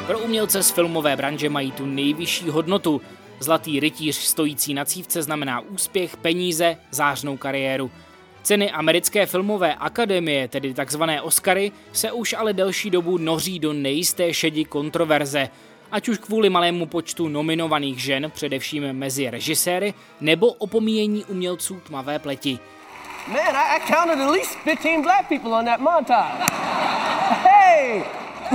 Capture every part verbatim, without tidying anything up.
Pro umělce z filmové branže mají tu nejvyšší hodnotu. Zlatý rytíř stojící na cívce znamená úspěch, peníze, zářnou kariéru. Ceny americké filmové akademie, tedy takzvané Oscary, se už ale delší dobu noří do nejisté šedi kontroverze. Ať už kvůli malému počtu nominovaných žen, především mezi režiséry, nebo opomíjení umělců tmavé pleti. Man, I, I counted at least fifteen black people on that montage. Hey!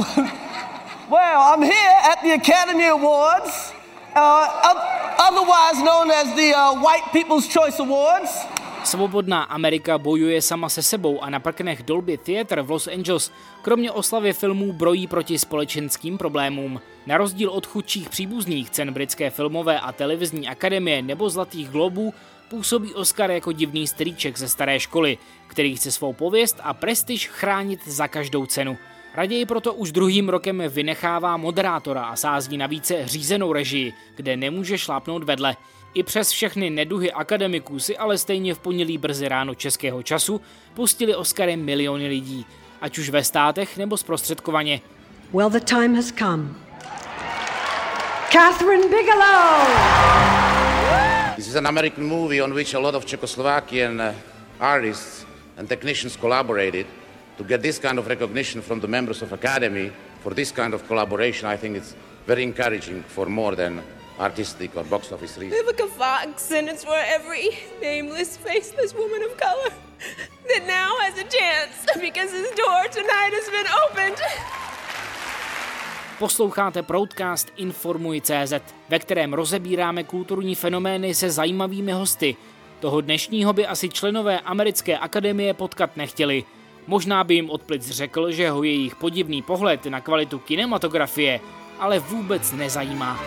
Well, I'm here at the Academy Awards, uh, otherwise known as the uh, White People's Choice Awards. Svobodná Amerika bojuje sama se sebou a na prknech Dolby Theatre v Los Angeles kromě oslavy filmů brojí proti společenským problémům. Na rozdíl od chudších příbuzných cen britské filmové a televizní akademie nebo Zlatých globů působí Oscar jako divný strýček ze staré školy, který chce svou pověst a prestiž chránit za každou cenu. Raději proto už druhým rokem vynechává moderátora a sází na více řízenou režii, kde nemůže šlápnout vedle. I přes všechny neduhy akademiků si ale stejně v pondělí brzy ráno českého času pustili Oscary miliony lidí, ať už ve státech nebo zprostředkovaně. Well, the time has come. Catherine Bigelow! This is an American movie on which a lot of Czechoslovakian uh, artists and technicians collaborated. To get this kind of recognition from the members of Academy for this kind of collaboration, I think it's very encouraging for more than artistic or box office reasons. Vivica Fox, and it's for every nameless, faceless woman of color that now has a chance because his door tonight has been opened. Posloucháte Proudcast Informuj tečka cé zet, ve kterém rozebíráme kulturní fenomény se zajímavými hosty. Toho dnešního by asi členové americké akademie potkat nechtěli. Možná by jim od plic řekl, že ho jejich podivný pohled na kvalitu kinematografie ale vůbec nezajímá.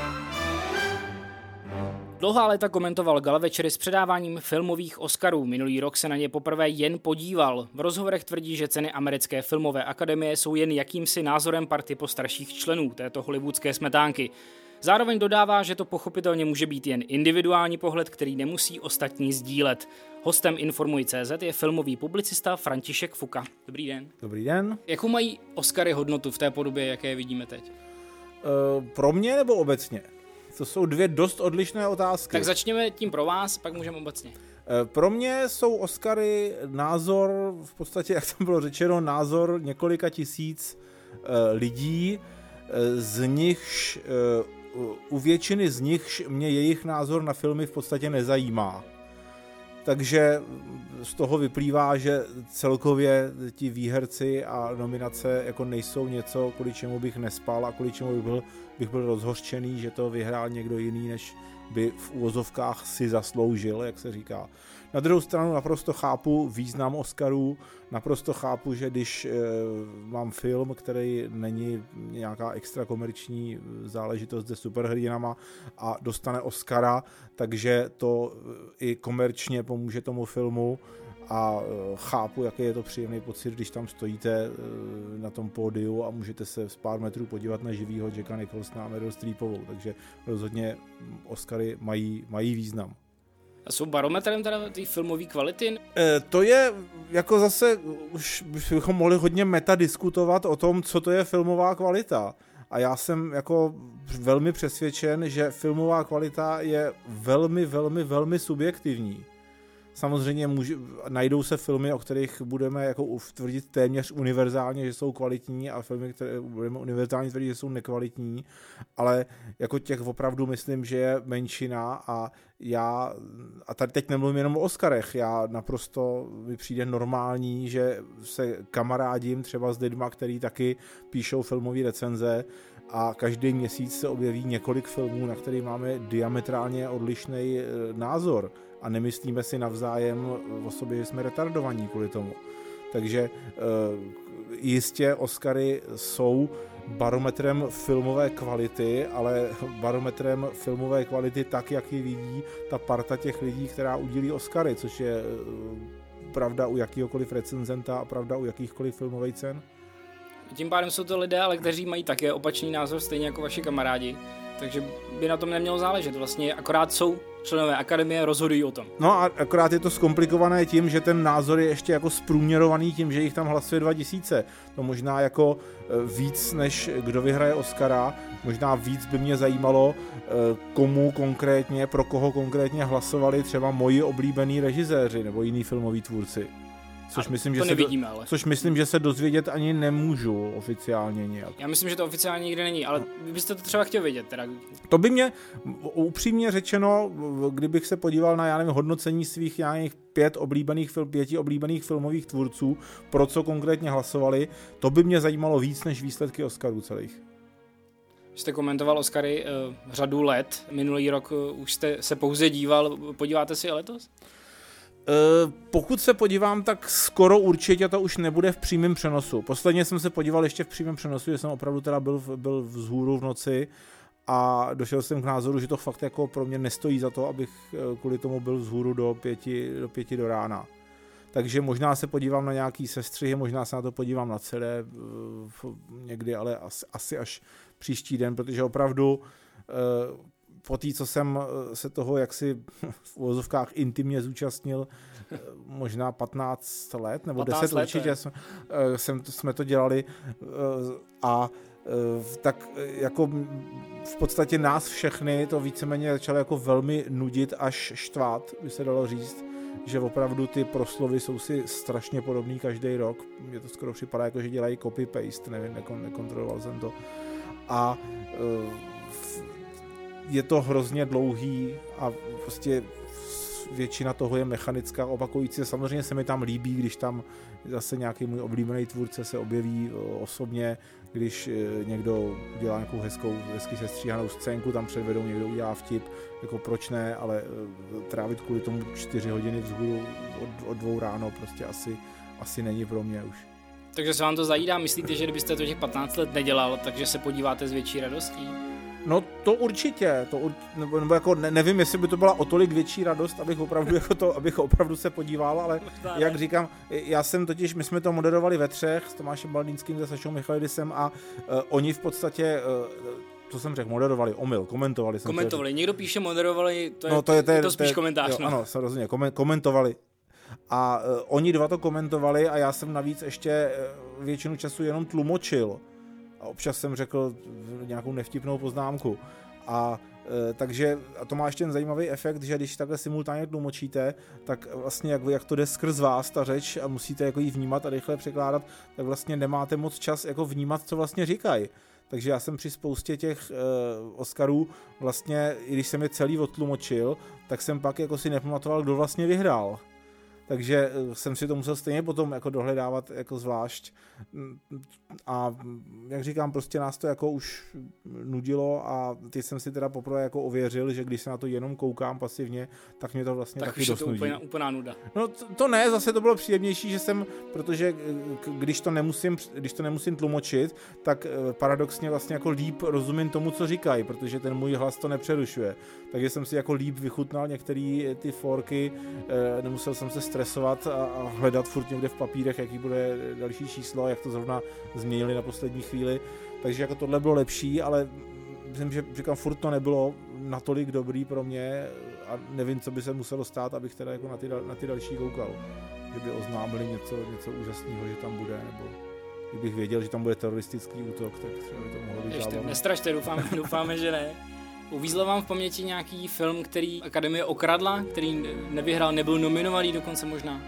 Dlouhá léta komentoval gala večery s předáváním filmových Oscarů. Minulý rok se na ně poprvé jen podíval. V rozhovorech tvrdí, že ceny americké filmové akademie jsou jen jakýmsi názorem party postarších členů této hollywoodské smetánky. Zároveň dodává, že to pochopitelně může být jen individuální pohled, který nemusí ostatní sdílet. Hostem Informuj tečka cé zet je filmový publicista František Fuka. Dobrý den. Dobrý den. Jakou mají Oscary hodnotu v té podobě, jaké je vidíme teď? Uh, pro mě nebo obecně? To jsou dvě dost odlišné otázky. Tak začněme tím pro vás, pak můžeme obecně. Uh, pro mě jsou Oscary názor, v podstatě, jak tam bylo řečeno, názor několika tisíc uh, lidí, uh, z nichž, uh, u většiny z nich mě jejich názor na filmy v podstatě nezajímá. Takže z toho vyplývá, že celkově ti výherci a nominace jako nejsou něco, kvůli čemu bych nespal a kvůli čemu bych byl, bych byl rozhořčený, že to vyhrál někdo jiný, než by v úvozovkách si zasloužil, jak se říká. Na druhou stranu naprosto chápu význam Oscarů, naprosto chápu, že když e, mám film, který není nějaká extra komerční záležitost se superhrdinama a dostane Oscara, takže to i komerčně pomůže tomu filmu a e, chápu, jaký je to příjemný pocit, když tam stojíte e, na tom pódiu a můžete se z pár metrů podívat na živýho Jacka Nicholsona a Meryl Streepovou, takže rozhodně Oscary mají, mají význam. A jsou barometrem teda té filmové kvality? E, to je jako zase, už bychom mohli hodně meta diskutovat o tom, co to je filmová kvalita. A já jsem jako velmi přesvědčen, že filmová kvalita je velmi, velmi, velmi subjektivní. Samozřejmě může, najdou se filmy, o kterých budeme jako tvrdit téměř univerzálně, že jsou kvalitní, a filmy, které budeme univerzálně tvrdit, že jsou nekvalitní, ale jako těch opravdu myslím, že je menšina a já, a tady teď nemluvím jenom o Oscarech, já naprosto mi přijde normální, že se kamarádím třeba s lidma, který taky píšou filmové recenze a každý měsíc se objeví několik filmů, na který máme diametrálně odlišný názor. A nemyslíme si navzájem o sobě, že jsme retardovaní kvůli tomu. Takže jistě Oscary jsou barometrem filmové kvality, ale barometrem filmové kvality tak, jak ji vidí ta parta těch lidí, která udílí Oscary, což je pravda u jakýhokoliv recenzenta a pravda u jakýchkoliv filmových cen. Tím pádem jsou to lidé, ale kteří mají také opačný názor, stejně jako vaši kamarádi. Takže by na tom nemělo záležet. Vlastně akorát jsou členové akademie rozhodují o tom. No a akorát je to zkomplikované tím, že ten názor je ještě jako zprůměrovaný tím, že jich tam hlasuje dva tisíce. To možná jako víc, než kdo vyhraje Oscara, možná víc by mě zajímalo, komu konkrétně, pro koho konkrétně hlasovali třeba moji oblíbení režiséři nebo jiný filmoví tvůrci. Což myslím, že nevidíme, se do, ale. což myslím, že se dozvědět ani nemůžu oficiálně nějak. Já myslím, že to oficiálně nikde není, ale vy byste to třeba chtěl vědět. Teda. To by mě, upřímně řečeno, kdybych se podíval na, já nevím, hodnocení svých nějakých pět oblíbených, pěti oblíbených filmových tvůrců, pro co konkrétně hlasovali, to by mě zajímalo víc než výsledky Oscarů celých. Jste komentoval Oscary uh, řadu let, minulý rok uh, už jste se pouze díval, podíváte si i letos? Uh, pokud se podívám, tak skoro určitě to už nebude v přímém přenosu. Posledně jsem se podíval ještě v přímém přenosu, že jsem opravdu teda byl, byl vzhůru v noci a došel jsem k názoru, že to fakt jako pro mě nestojí za to, abych kvůli tomu byl vzhůru do pěti do, pěti do rána. Takže možná se podívám na nějaký sestřihy, možná se na to podívám na celé uh, někdy, ale asi, asi až příští den, protože opravdu uh, po té, co jsem se toho jaksi v uvozovkách intimně zúčastnil, možná patnáct let, nebo deset let, určitě jsem, jsem, jsme to dělali a tak jako v podstatě nás všechny to víceméně začalo jako velmi nudit až štvát, by se dalo říct, že opravdu ty proslovy jsou si strašně podobný každý rok. Mně to skoro připadá jako, že dělají copy-paste, nevím, nekon, nekontroloval jsem to. A je to hrozně dlouhý a prostě většina toho je mechanická, opakující. Samozřejmě se mi tam líbí, když tam zase nějaký můj oblíbený tvůrce se objeví osobně, když někdo dělá nějakou hezkou, hezky sestříhanou scénku, tam předvedou, někdo udělá vtip, jako proč ne, ale trávit kvůli tomu čtyři hodiny vzhůru od, od dvou ráno prostě asi, asi není pro mě už. Takže se vám to zajídá? Myslíte, že kdybyste to těch patnáct let nedělal, takže se podíváte s větší radostí? No to určitě, to ur, nebo, nebo jako ne, nevím, jestli by to byla o tolik větší radost, abych opravdu, jako to, abych opravdu se podíval, ale jak říkám, já jsem totiž, my jsme to moderovali ve třech s Tomášem Baldýnským, se Sašou Michalidisem a uh, oni v podstatě, uh, to jsem řekl, moderovali, omyl, komentovali. Jsem komentovali, to, někdo píše moderovali, to je, no, to, je, to, je, je to spíš to je, komentář. Jo, no. Ano, samozřejmě, komentovali. A uh, oni dva to komentovali a já jsem navíc ještě uh, většinu času jenom tlumočil. A občas jsem řekl nějakou nevtipnou poznámku. A e, takže a to má ještě ten zajímavý efekt, že když takhle simultánně tlumočíte, tak vlastně jak, jak to jde skrz vás ta řeč a musíte jako ji vnímat a rychle překládat, tak vlastně nemáte moc čas jako vnímat, co vlastně říkají. Takže já jsem při spoustě těch e, Oscarů vlastně, i když jsem je celý odtlumočil, tak jsem pak jako si nepamatoval, kdo vlastně vyhrál. Takže jsem si to musel stejně potom jako dohledávat jako zvlášť a jak říkám, prostě nás to jako už nudilo a teď jsem si teda poprvé jako ověřil, že když se na to jenom koukám pasivně, tak mě to vlastně tak taky dost nudí. Tak už je to úplná nuda. No to, to ne, zase to bylo příjemnější, že jsem, protože když to nemusím, když to nemusím tlumočit, tak paradoxně vlastně jako líp rozumím tomu, co říkají, protože ten můj hlas to nepřerušuje. Takže jsem si jako líp vychutnal některé ty forky, nemusel jsem se stresovat a, a hledat furt někde v papírech, jaký bude další číslo, jak to zrovna změnili na poslední chvíli. Takže jako tohle bylo lepší, ale myslím, že říkám, furt to nebylo natolik dobrý pro mě a nevím, co by se muselo stát, abych teda jako na ty, na ty další koukal. Že by oznámili něco, něco úžasného, že tam bude, nebo kdybych věděl, že tam bude teroristický útok, tak třeba by to mohlo být zábavné. Nestrašte, doufáme, doufáme, že ne. Uvízl vám v paměti nějaký film, který Akademie okradla, který nevyhrál, nebyl nominovaný dokonce možná?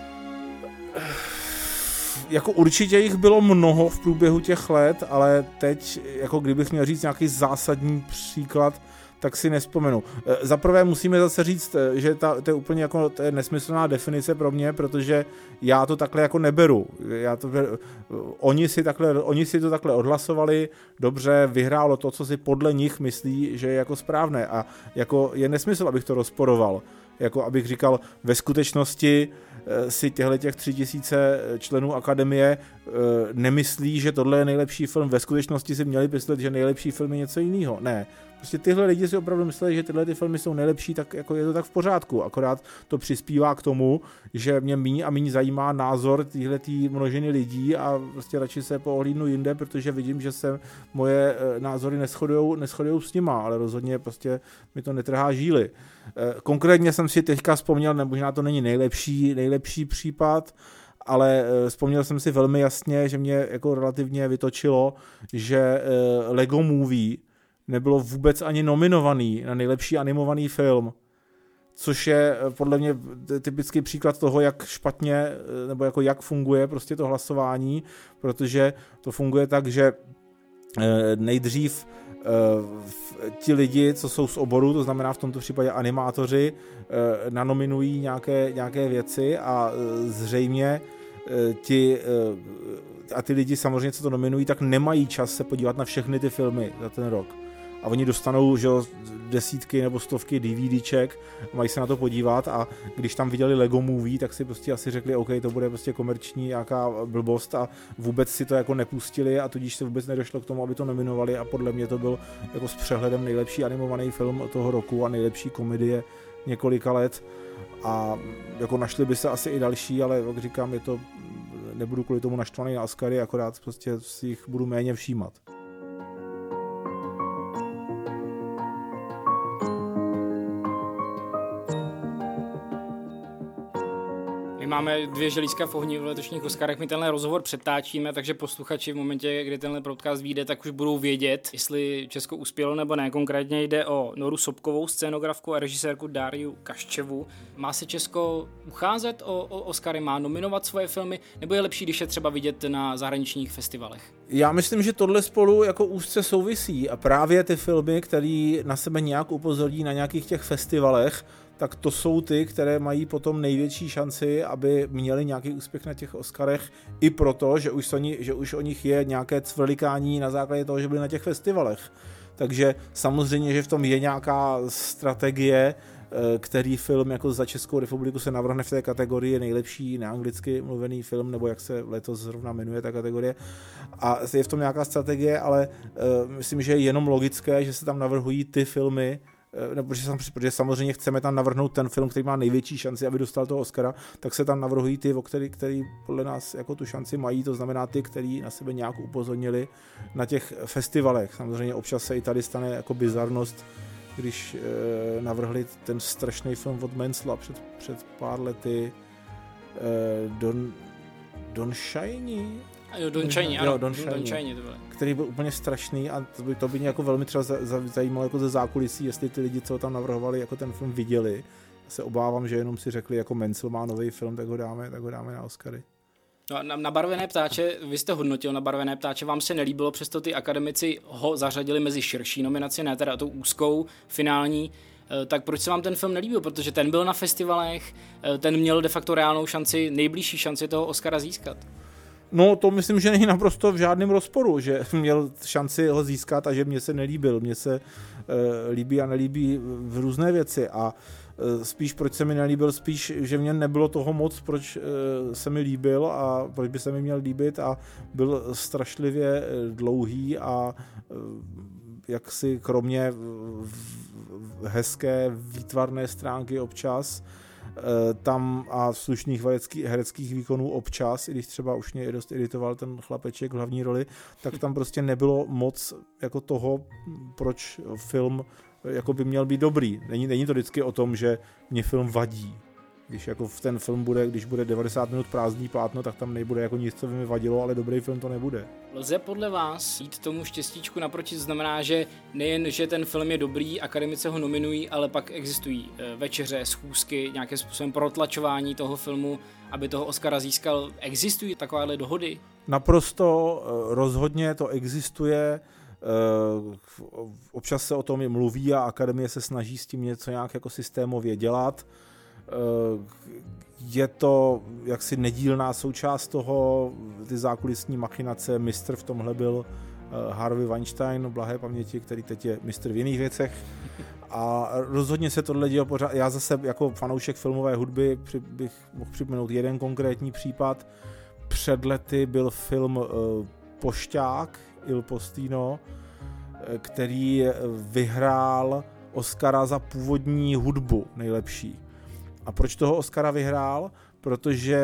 Jako určitě jich bylo mnoho v průběhu těch let, ale teď, jako kdybych měl říct nějaký zásadní příklad, tak si nespomenu. Za prvé musíme zase říct, že ta, to je úplně jako to je nesmyslná definice pro mě, protože já to takhle jako neberu. Já to, oni, si takhle, oni si to takhle odhlasovali, dobře, vyhrálo to, co si podle nich myslí, že je jako správné a jako je nesmysl, abych to rozporoval. Jako abych říkal, ve skutečnosti si těchto těch tři tisíce členů akademie nemyslí, že tohle je nejlepší film. Ve skutečnosti si měli myslet, že nejlepší film je něco jiného. Ne, Prostě tyhle lidi si opravdu mysleli, že tyhle ty filmy jsou nejlepší, tak jako je to tak v pořádku. Akorát to přispívá k tomu, že mě míň a míň zajímá názor téhletý množiny lidí a prostě radši se poohlídnu jinde, protože vidím, že se moje názory neshodujou, neshodujou s nima, ale rozhodně prostě mi to netrhá žíly. Konkrétně jsem si teďka vzpomněl, nebo možná to není nejlepší, nejlepší případ, ale vzpomněl jsem si velmi jasně, že mě jako relativně vytočilo, že Lego Movie nebylo vůbec ani nominovaný na nejlepší animovaný film, což je podle mě typický příklad toho, jak špatně, nebo jako jak funguje prostě to hlasování, protože to funguje tak, že nejdřív ti lidi, co jsou z oboru, to znamená v tomto případě animátoři, nanominují nějaké, nějaké věci a zřejmě ti a ty lidi samozřejmě, co to nominují, tak nemají čas se podívat na všechny ty filmy za ten rok. A oni dostanou, že desítky nebo stovky DVDček, mají se na to podívat a když tam viděli Lego Movie, tak si prostě asi řekli, OK, to bude prostě komerční nějaká blbost a vůbec si to jako nepustili a tudíž se vůbec nedošlo k tomu, aby to nominovali a podle mě to byl jako s přehledem nejlepší animovaný film toho roku a nejlepší komedie několika let a jako našli by se asi i další, ale jak říkám, je to, nebudu kvůli tomu naštvaný na Oscary, akorát prostě si jich budu méně všímat. Máme dvě želízka v ohni v letošních Oscarech, my tenhle rozhovor přetáčíme, takže posluchači v momentě, kdy tenhle podcast vyjde, tak už budou vědět, jestli Česko uspělo nebo ne. Konkrétně jde o Noru Sobkovou, scénografku a režisérku Dáriu Kaščevu. Má se Česko ucházet o, o Oscary, má nominovat svoje filmy, nebo je lepší, když je třeba vidět na zahraničních festivalech? Já myslím, že tohle spolu jako úzce souvisí a právě ty filmy, které na sebe nějak upozorní na nějakých těch festivalech, tak to jsou ty, které mají potom největší šanci, aby měli nějaký úspěch na těch Oscarech, i proto, že už, oni, že už o nich je nějaké cvrlikání na základě toho, že byli na těch festivalech. Takže samozřejmě, že v tom je nějaká strategie, který film jako za Českou republiku se navrhne v té kategorii nejlepší neanglicky mluvený film, nebo jak se letos zrovna jmenuje ta kategorie. A je v tom nějaká strategie, ale uh, myslím, že je jenom logické, že se tam navrhují ty filmy, nebo protože, protože samozřejmě chceme tam navrhnout ten film, který má největší šanci, aby dostal toho Oscara, tak se tam navrhují ty, o který, který podle nás jako tu šanci mají, to znamená ty, který na sebe nějak upozornili na těch festivalech. Samozřejmě občas se i tady stane jako bizarnost, když e, navrhli ten strašný film od Menzla před, před pár lety e, Don, Don Shiny? Jo, Don Shiny, ano, Don Shiny, Don Shiny to bylo. Který byl úplně strašný a to by, to by mě jako velmi třeba zajímalo jako ze zákulisí, jestli ty lidi, co ho tam navrhovali, jako ten film viděli. Já se obávám, že jenom si řekli, jako Menzel má nový film, tak ho dáme, tak ho dáme na Oscary. No, na, na Barvené ptáče, vy jste hodnotil na Barvené ptáče, vám se nelíbilo, přesto ty akademici ho zařadili mezi širší nominaci, ne teda tou úzkou, finální. Tak proč se vám ten film nelíbil? Protože ten byl na festivalech, ten měl de facto reálnou šanci, nejbližší šanci toho Oscara získat. No to myslím, že není naprosto v žádném rozporu, že měl šanci ho získat a že mně se nelíbil. Mně se uh, líbí a nelíbí v různé věci a uh, spíš proč se mi nelíbil, spíš, že mě nebylo toho moc, proč uh, se mi líbil a proč by se mi měl líbit a byl strašlivě dlouhý a uh, jaksi kromě hezké výtvarné stránky občas tam a slušných hereckých výkonů občas, i když třeba už mě dost iritoval ten chlapeček v hlavní roli, tak tam prostě nebylo moc jako toho, proč film jako by měl být dobrý. Není, není to vždycky o tom, že mě film vadí. Když jako v ten film bude, když bude devadesát minut prázdný plátno, tak tam nebude jako nic, co by mi vadilo, ale dobrý film to nebude. Lze podle vás jít tomu štěstíčku naproti, to znamená, že nejen, že ten film je dobrý, akademice ho nominují, ale pak existují večeře, schůzky, nějakým způsobem protlačování toho filmu, aby toho Oscara získal. Existují takovéhle dohody? Naprosto rozhodně to existuje. Občas se o tom i mluví a akademie se snaží s tím něco nějak jako systémově dělat. Je to jaksi nedílná součást toho, ty zákulisní machinace. Mistr v tomhle byl Harvey Weinstein, blahé paměti, který teď je mistr v jiných věcech. A rozhodně se tohle dělo pořád. Já zase jako fanoušek filmové hudby bych mohl připomenout jeden konkrétní případ. Před lety byl film Pošťák, Il Postino, který vyhrál Oscara za původní hudbu nejlepší. A proč toho Oscara vyhrál? Protože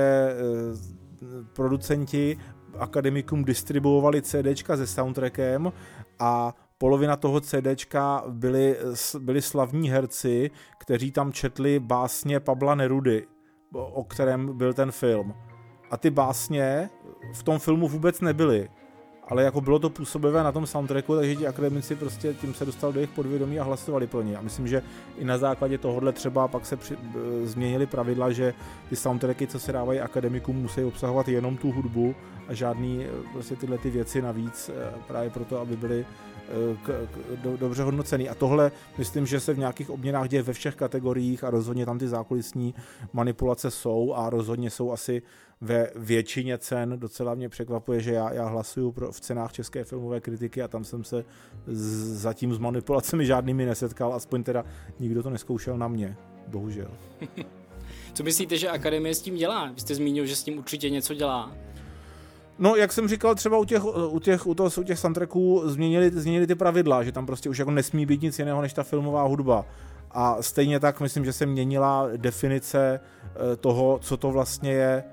producenti akademikům distribuovali CDčka se soundtrackem a polovina toho CDčka byli, byli slavní herci, kteří tam četli básně Pabla Nerudy, o kterém byl ten film. A ty básně v tom filmu vůbec nebyly. Ale jako bylo to působivé na tom soundtracku, takže ti akademici prostě tím se dostali do jejich podvědomí a hlasovali pro ně. A myslím, že i na základě tohohle třeba pak se při, změnily pravidla, že ty soundtracky, co se dávají akademikům, musí obsahovat jenom tu hudbu a žádný prostě tyhle ty věci navíc právě proto, aby byly k, k, do, dobře hodnocený. A tohle myslím, že se v nějakých obměnách děje ve všech kategoriích a rozhodně tam ty zákulisní manipulace jsou a rozhodně jsou asi ve většině cen. Docela mě překvapuje, že já, já hlasuju pro, v cenách české filmové kritiky a tam jsem se z, zatím s manipulacemi žádnými nesetkal, aspoň teda nikdo to neskoušel na mě, bohužel. Co myslíte, že Akademie s tím dělá? Vy jste zmínil, že s tím určitě něco dělá. No, jak jsem říkal, třeba u těch, u těch, u toho, u těch soundtracků změnili, změnili ty pravidla, že tam prostě už jako nesmí být nic jiného než ta filmová hudba. A stejně tak myslím, že se měnila definice toho, co to vlastně je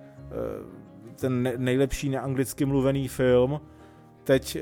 ten nejlepší neanglicky mluvený film. Teď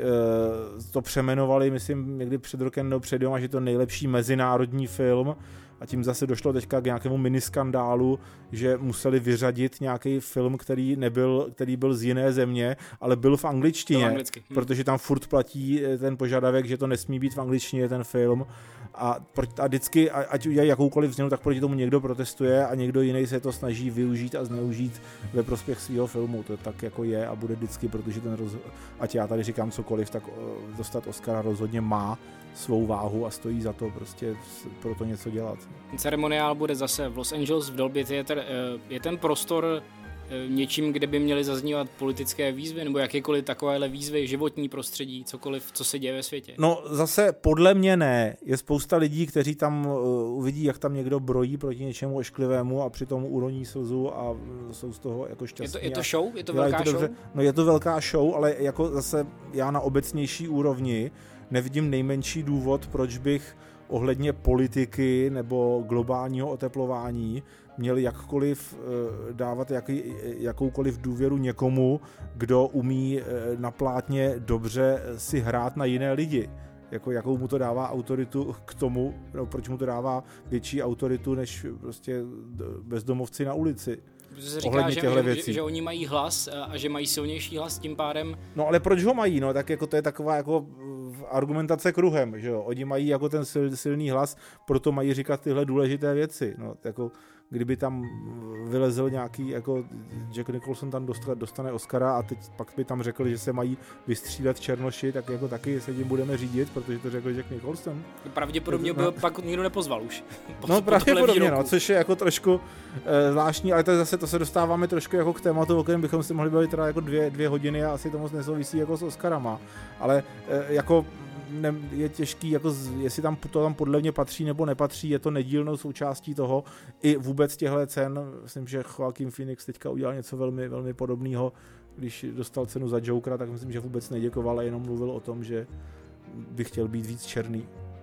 to přemenovali, myslím, někdy před rokem nebo před dvěma, že to nejlepší mezinárodní film. A tím zase došlo teďka k nějakému miniskandálu, že museli vyřadit nějaký film, který nebyl, který byl z jiné země, ale byl v angličtině, hm. protože tam furt platí ten požadavek, že to nesmí být v angličtině ten film. A, a vždycky, ať udělají jakoukoliv změnu, tak proti tomu někdo protestuje a někdo jiný se to snaží využít a zneužít ve prospěch svého filmu. To tak jako je a bude vždycky, protože ten roz... ať já tady říkám cokoliv, tak dostat Oscara rozhodně má svou váhu a stojí za to prostě pro to něco dělat. Ceremoniál bude zase v Los Angeles v Dolby Theatre. Je ten prostor něčím, kde by měly zaznívat politické výzvy nebo jakékoliv takovéhle výzvy, životní prostředí, cokoliv, co se děje ve světě? No zase podle mě ne. Je spousta lidí, kteří tam uh, uvidí, jak tam někdo brojí proti něčemu ošklivému a přitom uroní slzu a jsou z toho jako šťastní. Je to, je to show? Je to velká to show? Dobře. No je to velká show, ale jako zase já na obecnější úrovni nevidím nejmenší důvod, proč bych ohledně politiky nebo globálního oteplování měli jakkoliv dávat jaký, jakoukoliv důvěru někomu, kdo umí na plátně dobře si hrát na jiné lidi. Jako, jakou mu to dává autoritu k tomu, no, proč mu to dává větší autoritu než prostě bezdomovci na ulici. Protože se říká, že, že, že, že oni mají hlas a že mají silnější hlas, tím pádem... No ale proč ho mají? No tak jako to je taková jako argumentace kruhem, že jo? Oni mají jako ten sil, silný hlas, proto mají říkat tyhle důležité věci. No jako kdyby tam vylezl nějaký, jako Jack Nicholson tam dostane, dostane Oscara a teď pak by tam řekl, že se mají vystřílet černoši, tak jako taky se tím budeme řídit, protože to řekl Jack Nicholson. Pravděpodobně by ho pak nikdo nepozval už. Po, no pravděpodobně, no, což je jako trošku e, zvláštní, ale to zase to se dostáváme trošku jako k tématu, o kterém bychom si mohli bavit teda jako dvě, dvě hodiny a asi to moc nesouvisí jako s Oscarama, ale e, jako ne, je těžký, jako jestli tam to tam podle mě patří nebo nepatří, je to nedílnou součástí toho i vůbec těchto cen. Myslím, že Joaquin Phoenix teďka udělal něco velmi, velmi podobného, když dostal cenu za Jokera, tak myslím, že vůbec neděkoval a jenom mluvil o tom, že by chtěl být víc černý.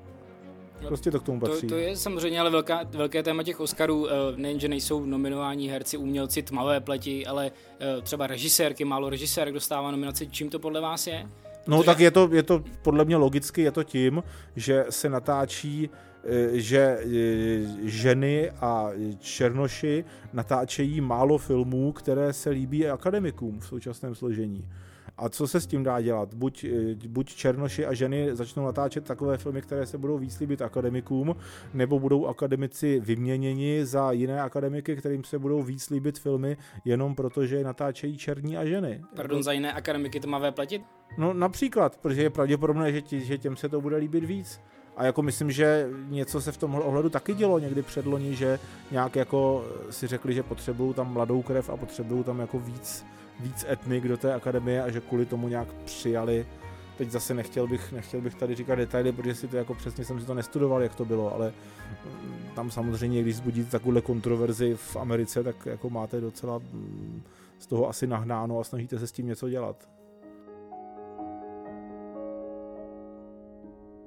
Prostě to k tomu patří. To, to je samozřejmě ale velká, velké téma těch Oscarů, nejen, že nejsou nominováni herci, umělci tmavé pleti, ale třeba režisérky, málo režisérek dostává nominaci. Čím to podle vás je? No tak je to, je to podle mě logicky, je to tím, že se natáčí, že ženy a černoši natáčejí málo filmů, které se líbí akademikům v současném složení. A co se s tím dá dělat? Buď, buď černoši a ženy začnou natáčet takové filmy, které se budou víc líbit akademikům, nebo budou akademici vyměněni za jiné akademiky, kterým se budou víc líbit filmy, jenom proto, že je natáčejí černí a ženy. Pardon, za jiné akademiky tmavé pleti? No například, protože je pravděpodobné, že, tě, že těm se to bude líbit víc. A jako myslím, že něco se v tomhle ohledu taky dělo někdy předloni, že nějak jako si řekli, že potřebují tam mladou krev a potřebují tam jako víc, víc etnik do té akademie a že kvůli tomu nějak přijali. Teď zase nechtěl bych, nechtěl bych tady říkat detaily, protože si to jako přesně jsem si to nestudoval, jak to bylo, ale tam samozřejmě, když zbudíte takovouhle kontroverzi v Americe, tak jako máte docela z toho asi nahnáno a snažíte se s tím něco dělat.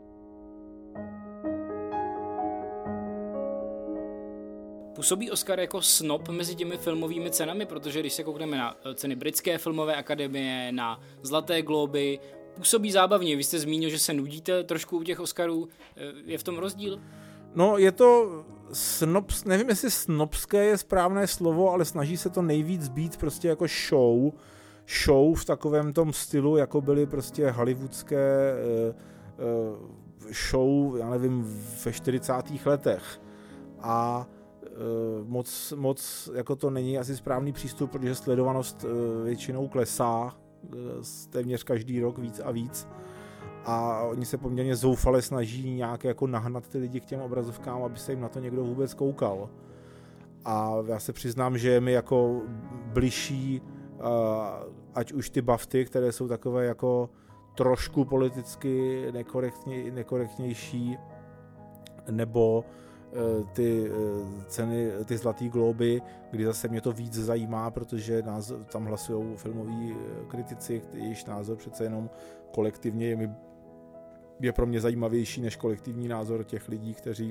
Působí Oscar jako snob mezi těmi filmovými cenami, protože když se koukneme na ceny Britské filmové akademie, na Zlaté glóby, působí zábavně. Vy jste zmínil, že se nudíte trošku u těch Oscarů. Je v tom rozdíl? No, je to snob, nevím, jestli snobské je správné slovo, ale snaží se to nejvíc být prostě jako show. Show v takovém tom stylu, jako byly prostě hollywoodské uh, uh, show, já nevím, ve čtyřicátých letech. A uh, moc, moc jako to není asi správný přístup, protože sledovanost uh, většinou klesá uh, téměř každý rok víc a víc. A oni se poměrně zoufale snaží nějak jako nahnat ty lidi k těm obrazovkám, aby se jim na to někdo vůbec koukal. A já se přiznám, že je mi jako bližší, uh, ať už ty BAFTY, které jsou takové jako trošku politicky nekorektně, nekorektnější, nebo uh, ty uh, ceny, ty Zlatý glóby, kdy zase mě to víc zajímá, protože názor, tam hlasují filmoví kritici, jejichž názor přece jenom kolektivně je mi je pro mě zajímavější než kolektivní názor těch lidí, kteří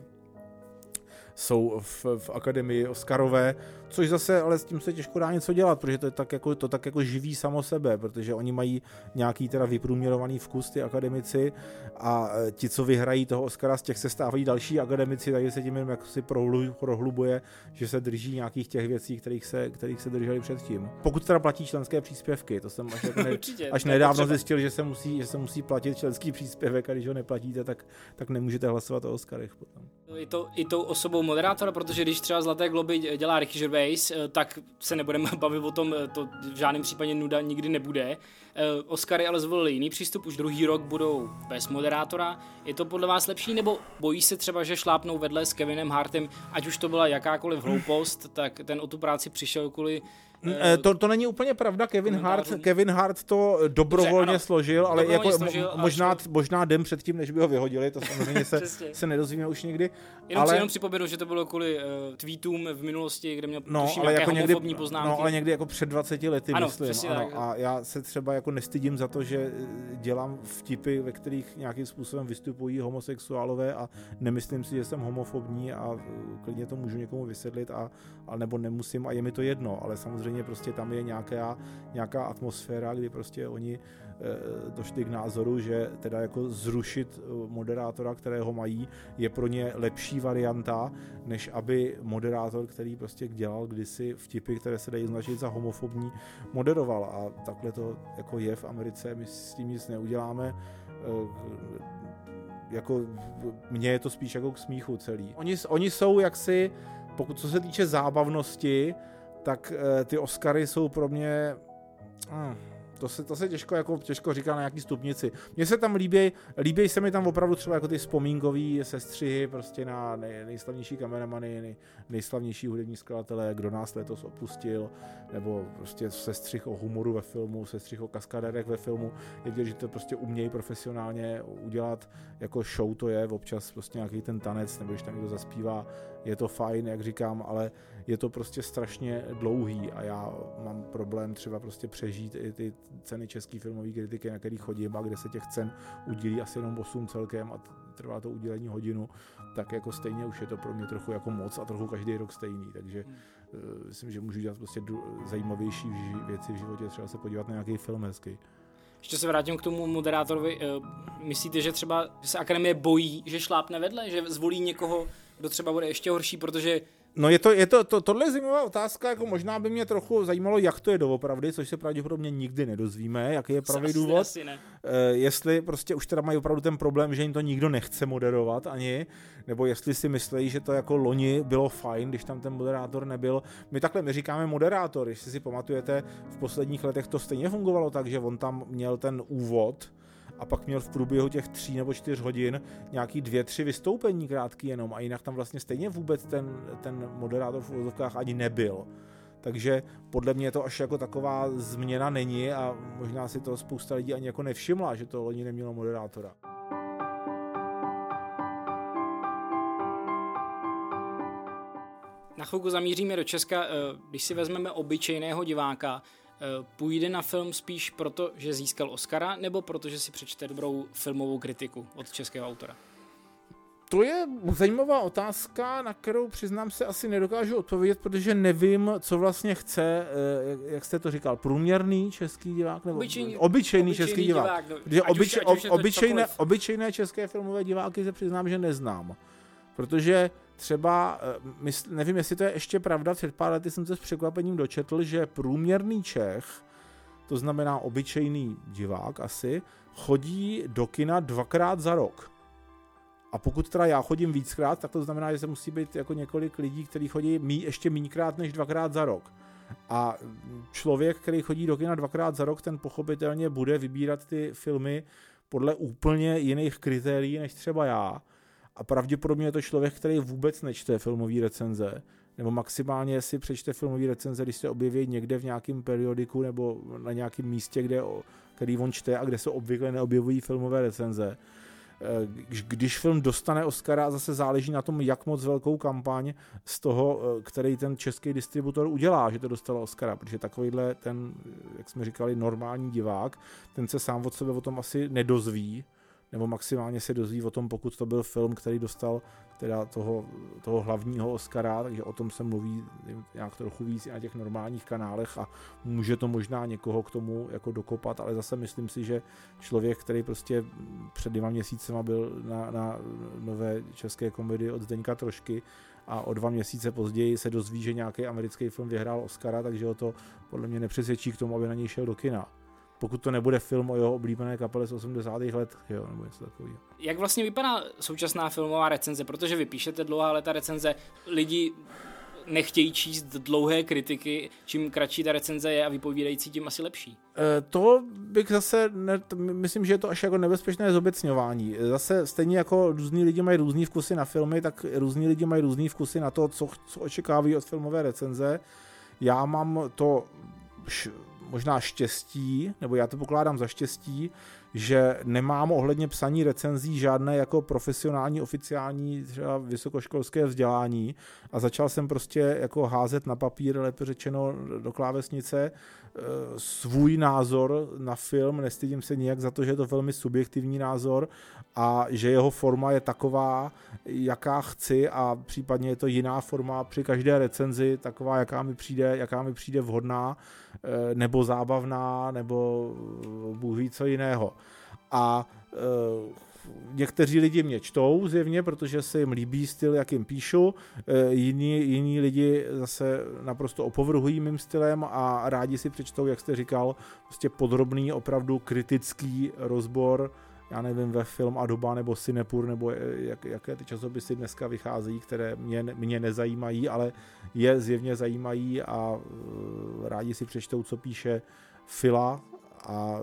jsou v, v akademii Oscarové, což zase, ale s tím se těžko dá něco dělat, protože to, je tak jako, to tak jako živí samo sebe, protože oni mají nějaký teda vyprůměrovaný vkus, ty akademici, a ti, co vyhrají toho Oscara, z těch se stávají další akademici, takže se tím jenom jako si prohlubuje, že se drží nějakých těch věcí, kterých se, kterých se drželi předtím. Pokud teda platí členské příspěvky, to jsem až, jako ne, Určitě, až nedávno zjistil, že se, musí, že se musí platit členský příspěvek, a když ho neplatíte, tak, tak nemůžete hlasovat o Oscarech potom. I, to, I tou osobou moderátora, protože když třeba Zlaté globy dělá Ricky Gervais, tak se nebudeme bavit o tom, to v žádném případě nuda nikdy nebude. Oscary ale zvolili jiný přístup, už druhý rok budou bez moderátora. Je to podle vás lepší, nebo bojí se třeba, že šlápnou vedle s Kevinem Hartem, ať už to byla jakákoliv hloupost, tak ten o tu práci přišel kvůli... To, to není úplně pravda, Kevin Hart, Kevin Hart to dobrovolně Dobře, složil, ale dobrovolně jako složil, možná, šlo... možná den předtím, než by ho vyhodili, to samozřejmě se, se nedozvíme už nikdy. Jenom ale... si jenom připomenu, že to bylo kvůli uh, tweetům v minulosti, kde měl no, tuším ale nějaké jako homofobní někdy, poznámky. No, ale někdy jako před dvaceti lety, ano, myslím. Ano, a já se třeba jako nestydím za to, že dělám vtipy, ve kterých nějakým způsobem vystupují homosexuálové, a nemyslím si, že jsem homofobní, a klidně to můžu někomu vysvětlit, a, a nebo nemusím, a je mi to jedno, ale samozřejmě prostě tam je nějaká, nějaká atmosféra, kdy prostě oni e, došli k názoru, že teda jako zrušit moderátora, kterého mají, je pro ně lepší varianta, než aby moderátor, který prostě dělal kdysi vtipy, které se dají označit za homofobní, moderoval. A takhle to jako je v Americe, my s tím nic neuděláme. E, jako mně je to spíš jako k smíchu celý. Oni, oni jsou jaksi, pokud co se týče zábavnosti, tak e, ty Oscary jsou pro mě... Hmm, to, se, to se těžko, jako, těžko říká na nějaký stupnici. Mně se tam líbí, líbí se mi tam opravdu třeba jako ty vzpomínkový sestřihy prostě na nej, nejslavnější kameramany, nej, nejslavnější hudební skladatelé, kdo nás letos opustil, nebo prostě sestřih o humoru ve filmu, sestřih o kaskadérech ve filmu. Je vidět, že to prostě umějí profesionálně udělat, jako show to je, občas prostě nějaký ten tanec, nebo když tam někdo zaspívá, je to fajn, jak říkám, ale je to prostě strašně dlouhý, a já mám problém třeba prostě přežít i ty ceny český filmový kritiky, na který chodím, a kde se těch cen udílí asi jenom osm celkem a trvá to udělení hodinu, tak jako stejně už je to pro mě trochu jako moc a trochu každý rok stejný, takže hmm. uh, myslím, že můžu dělat prostě zajímavější věci v životě, třeba se podívat na nějaký film hezký. Ještě se vrátím k tomu moderátorovi. Myslíte, že třeba že se akademie bojí, že šlápne vedle, že zvolí někoho, kdo třeba bude ještě horší, protože... No je to, je to, to, tohle je zajímavá otázka, jako možná by mě trochu zajímalo, jak to je doopravdy, což se pravděpodobně nikdy nedozvíme, jaký je pravý důvod. Asi ne. E, jestli prostě už teda mají opravdu ten problém, že jim to nikdo nechce moderovat ani, nebo jestli si myslí, že to jako loni bylo fajn, když tam ten moderátor nebyl. My takhle my říkáme moderátor, jestli si pamatujete, v posledních letech to stejně fungovalo tak, že on tam měl ten úvod, a pak měl v průběhu těch tří nebo čtyř hodin nějaký dvě, tři vystoupení krátký jenom, a jinak tam vlastně stejně vůbec ten, ten moderátor v uvozovkách ani nebyl. Takže podle mě to až jako taková změna není, a možná si to spousta lidí ani jako nevšimla, že to loni nemělo moderátora. Na chvilku zamíříme do Česka. Když si vezmeme obyčejného diváka, půjde na film spíš proto, že získal Oscara, nebo proto, že si přečte dobrou filmovou kritiku od českého autora? To je zajímavá otázka, na kterou přiznám se asi nedokážu odpovědět, protože nevím, co vlastně chce, jak jste to říkal, průměrný český divák? Nebo obyčejný, obyčejný český divák. divák no, protože obyčej, už, obyčejné, obyčejné české filmové diváky se přiznám, že neznám. Protože třeba, nevím, jestli to je ještě pravda, před pár lety jsem se s překvapením dočetl, že průměrný Čech, to znamená obyčejný divák asi, chodí do kina dvakrát za rok. A pokud teda já chodím víckrát, tak to znamená, že se musí být jako několik lidí, kteří chodí mí, ještě míňkrát než dvakrát za rok. A člověk, který chodí do kina dvakrát za rok, ten pochopitelně bude vybírat ty filmy podle úplně jiných kritérií než třeba já. A pravděpodobně je to člověk, který vůbec nečte filmové recenze, nebo maximálně si přečte filmové recenze, když se objeví někde v nějakém periodiku nebo na nějakém místě, kde, který on čte a kde se obvykle neobjevují filmové recenze. Když film dostane Oscara, zase záleží na tom, jak moc velkou kampaň z toho, který ten český distributor udělá, že to dostalo Oscara, protože takovýhle ten, jak jsme říkali, normální divák, ten se sám od sebe o tom asi nedozví, nebo maximálně se dozví o tom, pokud to byl film, který dostal teda toho, toho hlavního Oscara, takže o tom se mluví nějak trochu víc i na těch normálních kanálech a může to možná někoho k tomu jako dokopat, ale zase myslím si, že člověk, který prostě před dvěma měsícema byl na, na nové české komedii od Zdeňka Trošky a o dva měsíce později se dozví, že nějaký americký film vyhrál Oscara, takže ho to podle mě nepřesvědčí k tomu, aby na něj šel do kina. Pokud to nebude film o jeho oblíbené kapele z osmdesátých let, jo, nebo něco takového. Jak vlastně vypadá současná filmová recenze? Protože vy píšete dlouhá léta recenze, lidi nechtějí číst dlouhé kritiky, čím kratší ta recenze je a vypovídající, tím asi lepší. E, to bych zase, ne, myslím, že je to až jako nebezpečné zobecňování. Zase stejně jako různí lidi mají různý vkusy na filmy, tak různí lidi mají různý vkusy na to, co, co očekávají od filmové recenze. Já mám to š, možná štěstí, nebo já to pokládám za štěstí, že nemám ohledně psaní recenzí žádné jako profesionální, oficiální třeba vysokoškolské vzdělání a začal jsem prostě jako házet na papír, lépe řečeno do klávesnice, svůj názor na film, nestydím se nijak za to, že je to velmi subjektivní názor a že jeho forma je taková, jaká chci a případně je to jiná forma při každé recenzi, taková, jaká mi přijde, jaká mi přijde vhodná, nebo zábavná, nebo bůh ví co jiného. A e, někteří lidi mě čtou zjevně, protože se jim líbí styl, jak jim píšu, e, jiní, jiní lidi zase naprosto opovrhují mým stylem a rádi si přečtou, jak jste říkal, prostě podrobný, opravdu kritický rozbor, já nevím, ve Film a doba nebo Cinepur, nebo jak, jaké ty časopisy dneska vycházejí, které mě, mě nezajímají, ale je zjevně zajímají a e, rádi si přečtou, co píše Fila, a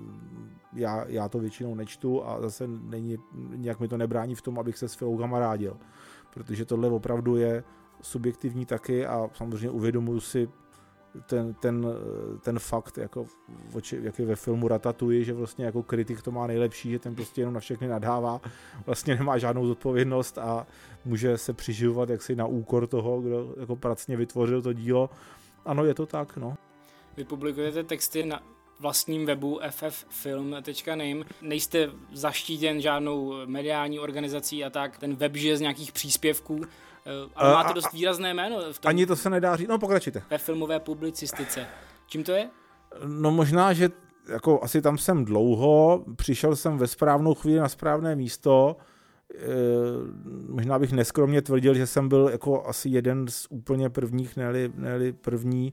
já, já to většinou nečtu a zase není, nějak mi to nebrání v tom, abych se s Filou kamarádil, protože tohle opravdu je subjektivní taky a samozřejmě uvědomuji si ten, ten, ten fakt, jako, jak je ve filmu Ratatouille, že vlastně jako kritik to má nejlepší, že ten prostě jenom na všechny nadává, vlastně nemá žádnou zodpovědnost a může se přiživovat jaksi na úkor toho, kdo jako pracně vytvořil to dílo. Ano, je to tak, no. Vy publikujete texty na vlastním webu f f film tečka name. Nejste zaštítěn žádnou mediální organizací a tak. Ten web žije z nějakých příspěvků, ale máte dost výrazné jméno. V tom, ani to se nedá říct. No, pokračujte. Ve filmové publicistice. Čím to je? No možná, že jako asi tam jsem dlouho, přišel jsem ve správnou chvíli na správné místo. E, možná bych neskromně tvrdil, že jsem byl jako asi jeden z úplně prvních, ne-li, ne-li první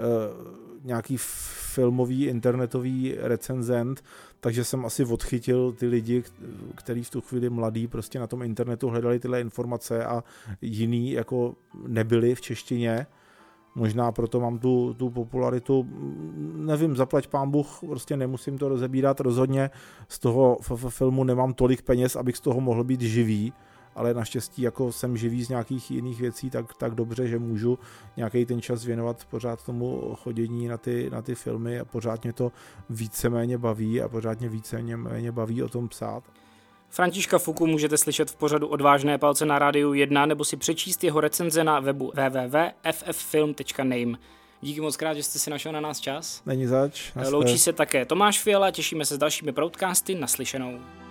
nějaký filmový internetový recenzent, takže jsem asi odchytil ty lidi, kteří v tu chvíli mladí prostě na tom internetu hledali tyhle informace a jiný jako nebyli v češtině. Možná proto mám tu, tu popularitu, nevím, zaplať pán Bůh, prostě nemusím to rozebírat, rozhodně z toho filmu nemám tolik peněz, abych z toho mohl být živý, ale naštěstí jako jsem živý z nějakých jiných věcí, tak, tak dobře, že můžu nějaký ten čas věnovat pořád tomu chodění na ty, na ty filmy a pořád mě to víceméně baví a pořád mě víceméně baví o tom psát. Františka Fuku můžete slyšet v pořadu Odvážné palce na Rádiu jedna nebo si přečíst jeho recenze na webu w w w tečka f f film tečka name. Díky moc krát, že jste si našel na nás čas. Není zač. Loučí se také Tomáš Fiala, těšíme se s dalšími broadcasty, naslyšenou.